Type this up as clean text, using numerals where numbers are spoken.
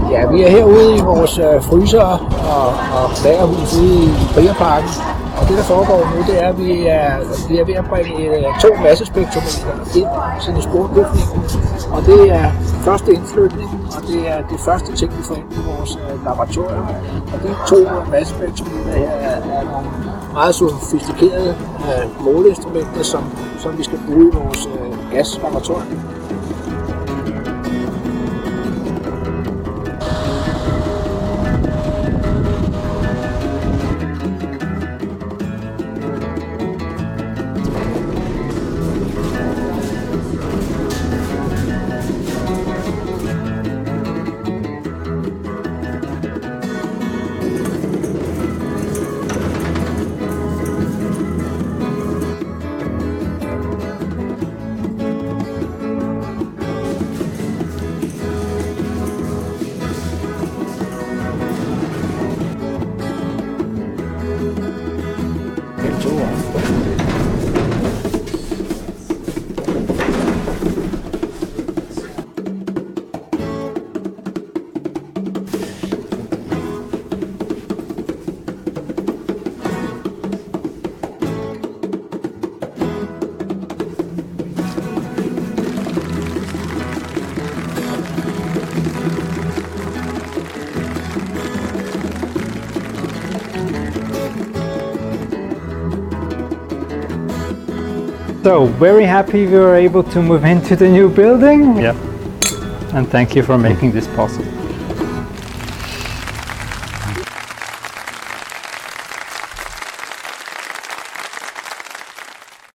Ja, vi er herude i vores fryser og lagerhus ude i Brierparken. Og det, der foregår nu, det er, at vi er ved at bringe 2 massespektrometer ind til en sporbygning. Og det er første indflytning, og det er det første ting, vi får ind i vores laboratorium. Og de 2 massespektrometer her er nogle meget sofistikerede måleinstrumenter, som vi skal bruge i vores gaslaboratorium. So, very happy we were able to move into the new building. Yeah. And thank you for making this possible.